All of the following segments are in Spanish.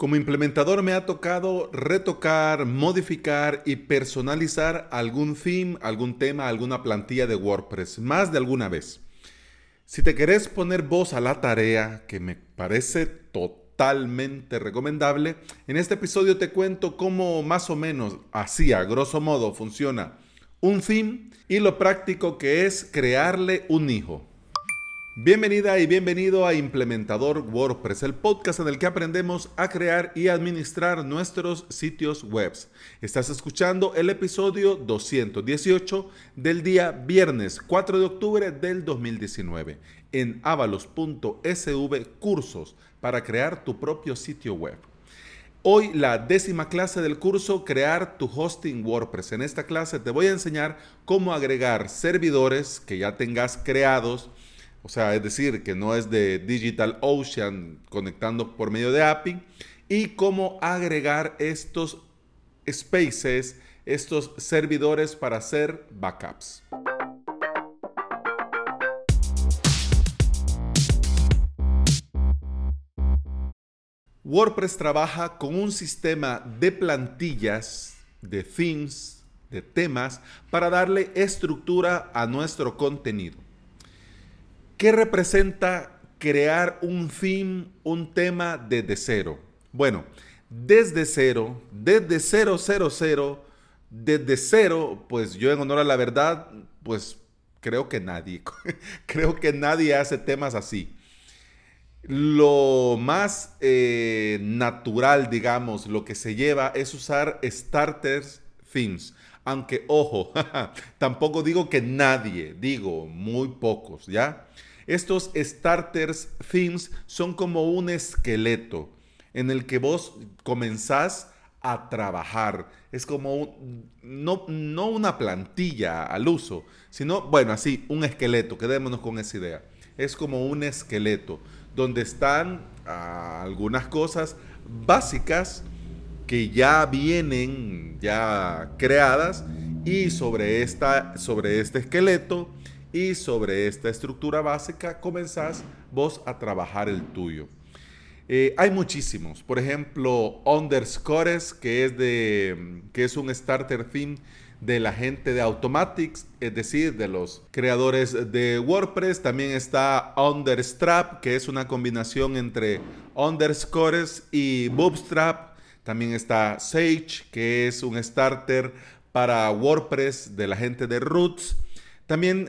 Como implementador me ha tocado retocar, modificar y personalizar algún theme, algún tema, alguna plantilla de WordPress, más de alguna vez. Si te querés poner vos a la tarea, que me parece totalmente recomendable, en este episodio te cuento cómo más o menos, así a grosso modo, funciona un theme y lo práctico que es crearle un hijo. Bienvenida y bienvenido a Implementador WordPress, el podcast en el que aprendemos a crear y administrar nuestros sitios web. Estás escuchando el episodio 218 del día viernes 4 de octubre del 2019 en avalos.sv cursos para crear tu propio sitio web. Hoy la 10ª clase del curso Crear tu hosting WordPress. En esta clase te voy a enseñar cómo agregar servidores que ya tengas creados. O sea, es decir, que no es de DigitalOcean conectando por medio de API. Y cómo agregar estos spaces, estos servidores para hacer backups. WordPress trabaja con un sistema de plantillas, de themes, de temas, para darle estructura a nuestro contenido. ¿Qué representa crear un theme, un tema desde cero? Bueno, desde cero, desde cero, pues yo en honor a la verdad, pues creo que nadie, creo que nadie hace temas así. Lo más natural, digamos, lo que se lleva es usar starters themes. Aunque, ojo, tampoco digo que nadie, digo muy pocos, ¿ya? Estos starters themes son como un esqueleto en el que vos comenzás a trabajar. Es como no una plantilla al uso, sino, bueno, así, un esqueleto, quedémonos con esa idea. Es como un esqueleto donde están algunas cosas básicas que ya vienen ya creadas y sobre este esqueleto y sobre esta estructura básica comenzás vos a trabajar el tuyo. Hay muchísimos, por ejemplo, Underscores, que es un starter theme de la gente de Automatics, es decir, de los creadores de WordPress. También está Understrap, que es una combinación entre Underscores y Bootstrap. También está Sage, que es un starter para WordPress de la gente de Roots. También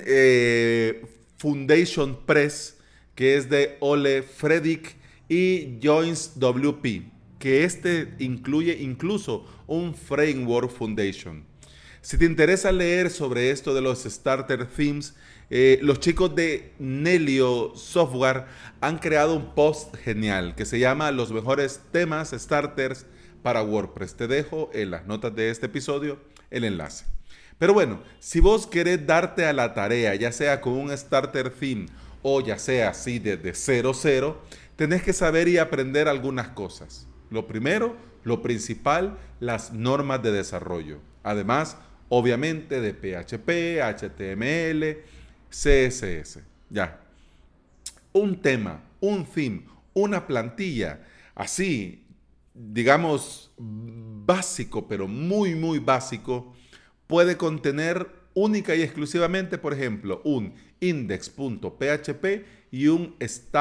Foundation Press, que es de Ole Fredick, y Joins WP, que incluye incluso un framework foundation. Si te interesa leer sobre esto de los starter themes, los chicos de Nelio Software han creado un post genial que se llama Los mejores temas starters para WordPress. Te dejo en las notas de este episodio el enlace. Pero bueno, si vos querés darte a la tarea, ya sea con un starter theme o ya sea así desde cero, tenés que saber y aprender algunas cosas. Lo primero, lo principal, las normas de desarrollo. Además, obviamente de PHP, HTML, CSS. Ya. Un tema, un theme, una plantilla, así, digamos, básico, pero muy, muy básico, puede contener única y exclusivamente, por ejemplo, un index.php y un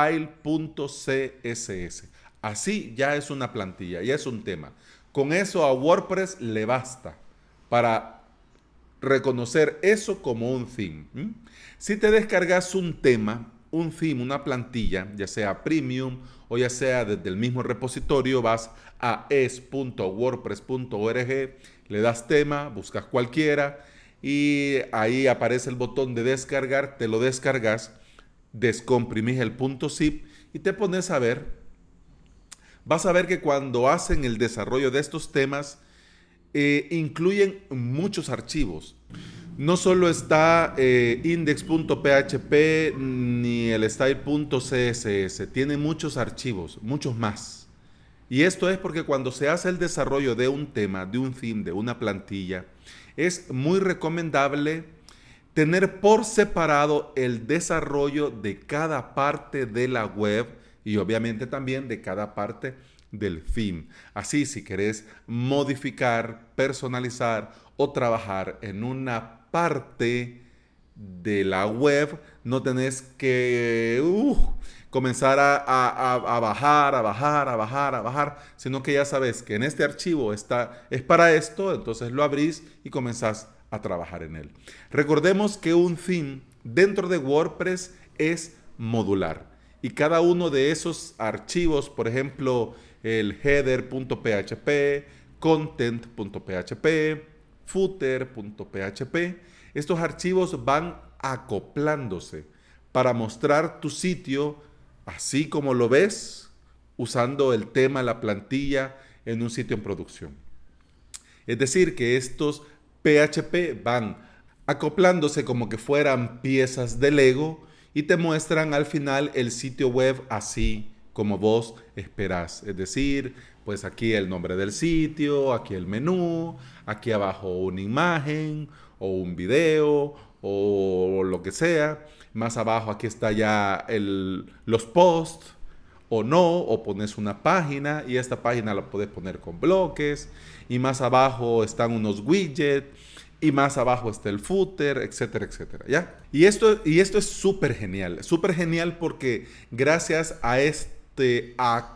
style.css. Así ya es una plantilla, ya es un tema. Con eso a WordPress le basta para reconocer eso como un theme. Si te descargas un tema, un theme, una plantilla, ya sea premium o ya sea desde el mismo repositorio, vas a es.wordpress.org, le das tema, buscas cualquiera y ahí aparece el botón de descargar, te lo descargas, descomprimís el .zip y te pones a ver. Vas a ver que cuando hacen el desarrollo de estos temas, incluyen muchos archivos. No solo está index.php ni el style.css, tiene muchos archivos, muchos más. Y esto es porque cuando se hace el desarrollo de un tema, de un theme, de una plantilla, es muy recomendable tener por separado el desarrollo de cada parte de la web y obviamente también de cada parte del theme. Así, si querés modificar, personalizar o trabajar en una parte de la web, no tenés que comenzar a bajar, a bajar, sino que ya sabes que en este archivo es para esto, entonces lo abrís y comenzás a trabajar en él. Recordemos que un theme dentro de WordPress es modular y cada uno de esos archivos, por ejemplo, el header.php, content.php, footer.php, estos archivos van acoplándose para mostrar tu sitio así como lo ves, usando el tema, la plantilla en un sitio en producción. Es decir, que estos PHP van acoplándose como que fueran piezas de Lego y te muestran al final el sitio web así como vos esperás. Es decir, pues aquí el nombre del sitio, aquí el menú, aquí abajo una imagen o un video o lo que sea. Más abajo aquí está ya los posts o no, o pones una página y esta página la puedes poner con bloques y más abajo están unos widgets y más abajo está el footer, etcétera, etcétera, ¿ya? Y esto es súper genial porque gracias a este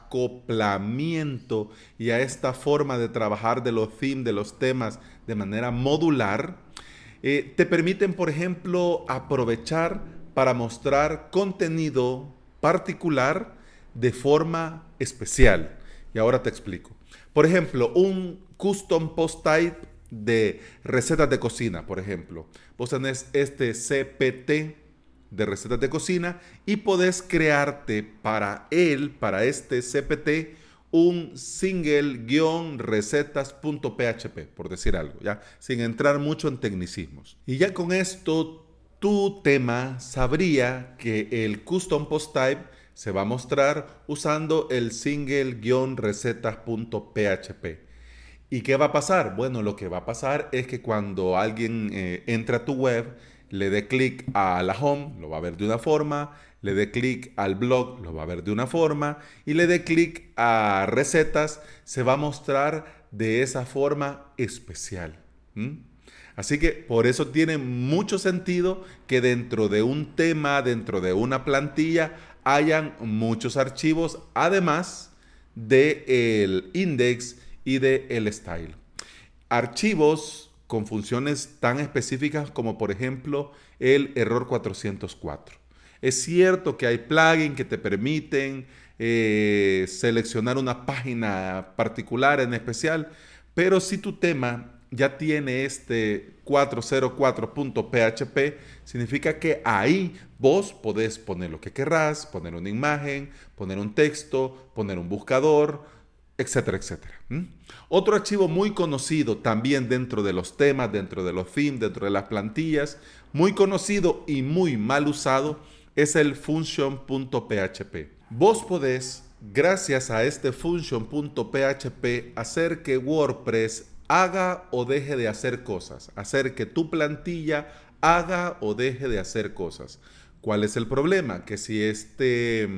acoplamiento y a esta forma de trabajar de los themes, de los temas de manera modular, te permiten, por ejemplo, aprovechar para mostrar contenido particular de forma especial. Y ahora te explico. Por ejemplo, un custom post type de recetas de cocina, por ejemplo. Vos tenés este CPT de recetas de cocina y podés crearte para este CPT, un single-recetas.php, por decir algo, ¿ya? Sin entrar mucho en tecnicismos. Y ya con esto, tu tema sabría que el custom post type se va a mostrar usando el single-recetas.php. ¿Y qué va a pasar? Bueno, lo que va a pasar es que cuando alguien entre a tu web, le dé clic a la home, lo va a ver de una forma, le dé clic al blog, lo va a ver de una forma, y le dé clic a recetas, se va a mostrar de esa forma especial. Así que por eso tiene mucho sentido que dentro de un tema, dentro de una plantilla, hayan muchos archivos, además del index y del style. Archivos con funciones tan específicas como por ejemplo el error 404. Es cierto que hay plugins que te permiten seleccionar una página particular en especial, pero si tu tema ya tiene este 404.php, significa que ahí vos podés poner lo que querrás, poner una imagen, poner un texto, poner un buscador, etcétera, etcétera. Otro archivo muy conocido también dentro de los temas, dentro de los themes, dentro de las plantillas, muy conocido y muy mal usado, es el function.php. Vos podés, gracias a este function.php, hacer que WordPress haga o deje de hacer cosas, hacer que tu plantilla haga o deje de hacer cosas. ¿Cuál es el problema? Que si este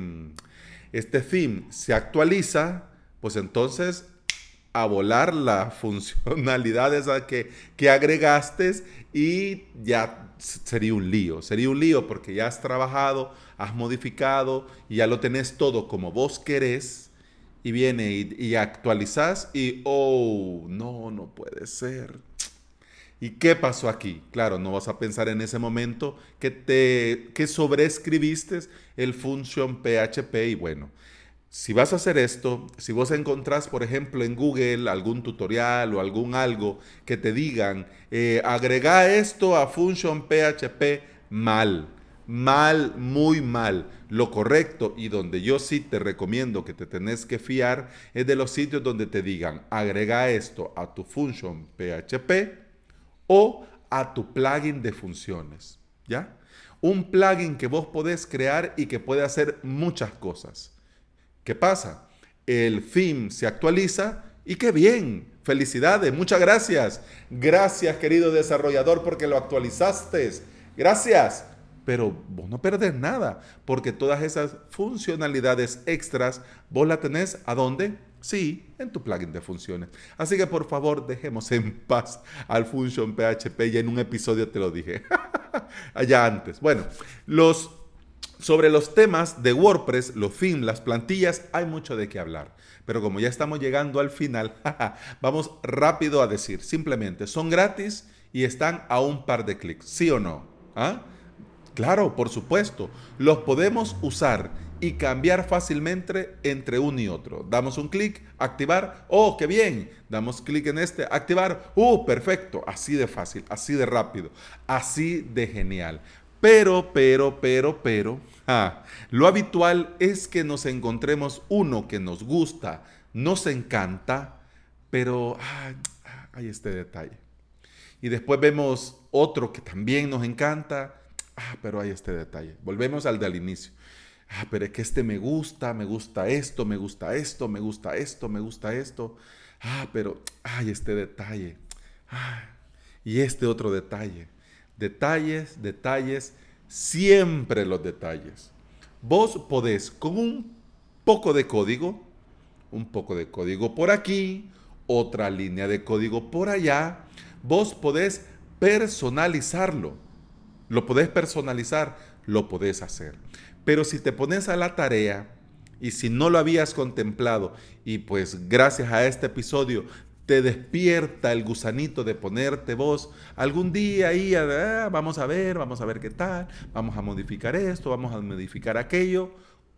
theme se actualiza, pues entonces a volar la funcionalidad esa que agregaste y ya sería un lío porque ya has trabajado, has modificado y ya lo tenés todo como vos querés y viene y actualizás y no puede ser. ¿Y qué pasó aquí? Claro, no vas a pensar en ese momento que sobreescribiste el function PHP y bueno. Si vas a hacer esto, si vos encontrás, por ejemplo, en Google algún tutorial o algo que te digan, agrega esto a function PHP, muy mal. Lo correcto y donde yo sí te recomiendo que te tenés que fiar es de los sitios donde te digan, agrega esto a tu function PHP o a tu plugin de funciones, ¿ya? Un plugin que vos podés crear y que puede hacer muchas cosas. ¿Qué pasa? El theme se actualiza y qué bien. Felicidades, muchas gracias. Gracias, querido desarrollador, porque lo actualizaste. Gracias. pero vos no perdés nada, porque todas esas funcionalidades extras, vos la tenés ¿a dónde? Sí, en tu plugin de funciones. Así que por favor, dejemos en paz al Function PHP. Ya en un episodio te lo dije. Allá antes. Bueno, sobre los temas de WordPress, los themes, las plantillas, hay mucho de qué hablar. Pero como ya estamos llegando al final, vamos rápido a decir, simplemente, son gratis y están a un par de clics, ¿sí o no? ¿Ah? Claro, por supuesto. Los podemos usar y cambiar fácilmente entre uno y otro. Damos un clic, activar, ¡oh, qué bien! Damos clic en este, activar, perfecto! Así de fácil, así de rápido, así de genial. Pero, lo habitual es que nos encontremos uno que nos gusta, nos encanta, pero hay este detalle. Y después vemos otro que también nos encanta, pero hay este detalle. Volvemos al del inicio. Pero es que este me gusta esto, me gusta esto, me gusta esto, me gusta esto. Pero hay este detalle. Y este otro detalle. Detalles, detalles, siempre los detalles. Vos podés con un poco de código por aquí, otra línea de código por allá, vos podés personalizarlo. Lo podés personalizar, lo podés hacer. Pero si te pones a la tarea y si no lo habías contemplado y pues gracias a este episodio te despierta el gusanito de ponerte vos algún día ahí, vamos a ver qué tal, vamos a modificar esto, vamos a modificar aquello.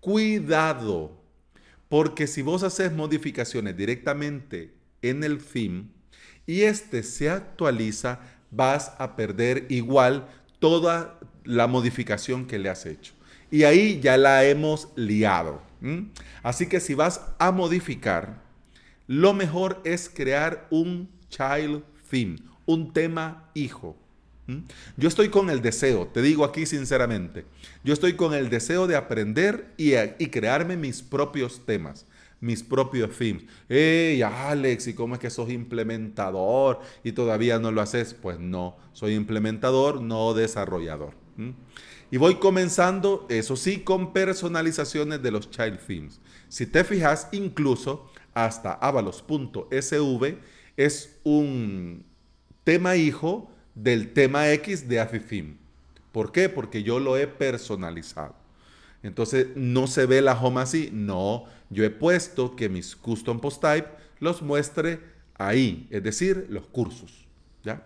Cuidado, porque si vos haces modificaciones directamente en el theme y este se actualiza, vas a perder igual toda la modificación que le has hecho. Y ahí ya la hemos liado. Así que si vas a modificar, lo mejor es crear un child theme, un tema hijo. Yo estoy con el deseo, te digo aquí sinceramente, yo estoy con el deseo de aprender y crearme mis propios temas, mis propios themes. ¡Hey, Alex! ¿Y cómo es que sos implementador y todavía no lo haces? Pues no, soy implementador, no desarrollador. Y voy comenzando, eso sí, con personalizaciones de los child themes. Si te fijas, incluso hasta avalos.sv es un tema hijo del tema X de AfiTheme. ¿Por qué? Porque yo lo he personalizado. Entonces no se ve la home así. No, yo he puesto que mis custom post type los muestre ahí, es decir, los cursos. ¿Ya?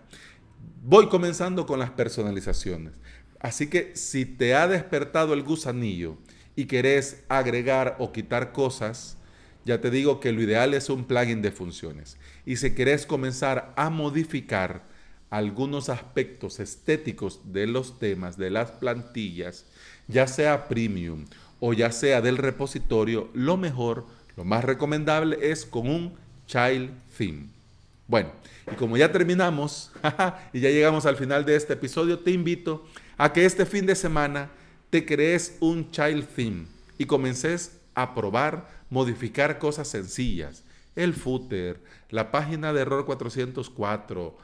Voy comenzando con las personalizaciones. Así que si te ha despertado el gusanillo y querés agregar o quitar cosas, ya te digo que lo ideal es un plugin de funciones. Y si querés comenzar a modificar algunos aspectos estéticos de los temas, de las plantillas, ya sea premium o ya sea del repositorio, lo mejor, lo más recomendable es con un child theme. Bueno, y como ya terminamos y ya llegamos al final de este episodio, te invito a que este fin de semana te crees un child theme y comences a probar, modificar cosas sencillas. El footer, la página de error 404,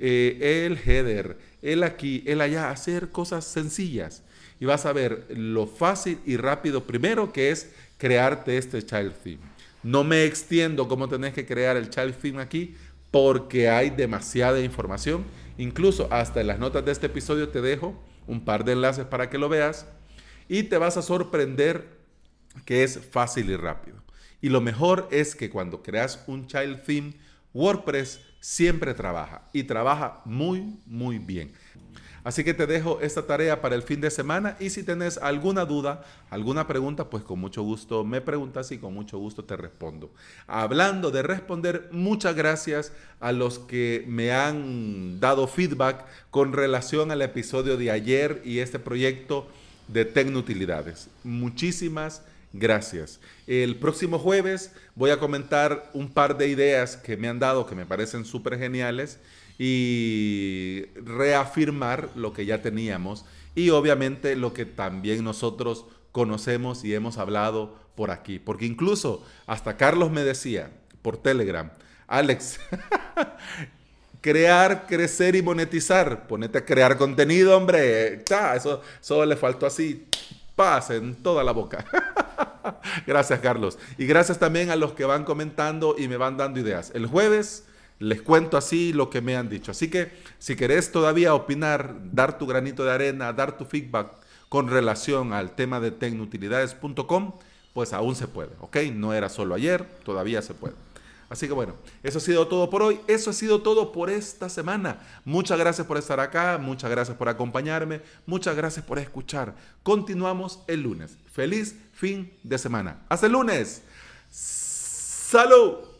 el header, el aquí, el allá, hacer cosas sencillas. Y vas a ver lo fácil y rápido primero que es crearte este child theme. No me extiendo cómo tenés que crear el child theme aquí porque hay demasiada información. Incluso hasta en las notas de este episodio te dejo un par de enlaces para que lo veas y te vas a sorprender que es fácil y rápido. Y lo mejor es que cuando creas un child theme, WordPress siempre trabaja y trabaja muy, muy bien. Así que te dejo esta tarea para el fin de semana y si tenés alguna duda, alguna pregunta, pues con mucho gusto me preguntas y con mucho gusto te respondo. Hablando de responder, muchas gracias a los que me han dado feedback con relación al episodio de ayer y este proyecto de Tecnutilidades. Muchísimas gracias. El próximo jueves voy a comentar un par de ideas que me han dado que me parecen súper geniales y reafirmar lo que ya teníamos y obviamente lo que también nosotros conocemos y hemos hablado por aquí. Porque incluso hasta Carlos me decía por Telegram, Alex, crear, crecer y monetizar. Ponete a crear contenido, hombre. Eso le faltó así, paz en toda la boca. Gracias, Carlos. Y gracias también a los que van comentando y me van dando ideas. El jueves les cuento así lo que me han dicho. Así que si querés todavía opinar, dar tu granito de arena, dar tu feedback con relación al tema de tecnutilidades.com, pues aún se puede, ¿ok? No era solo ayer, todavía se puede. Así que bueno, eso ha sido todo por hoy, eso ha sido todo por esta semana. Muchas gracias por estar acá, muchas gracias por acompañarme, muchas gracias por escuchar. Continuamos el lunes. Feliz fin de semana. ¡Hasta el lunes! ¡Salud!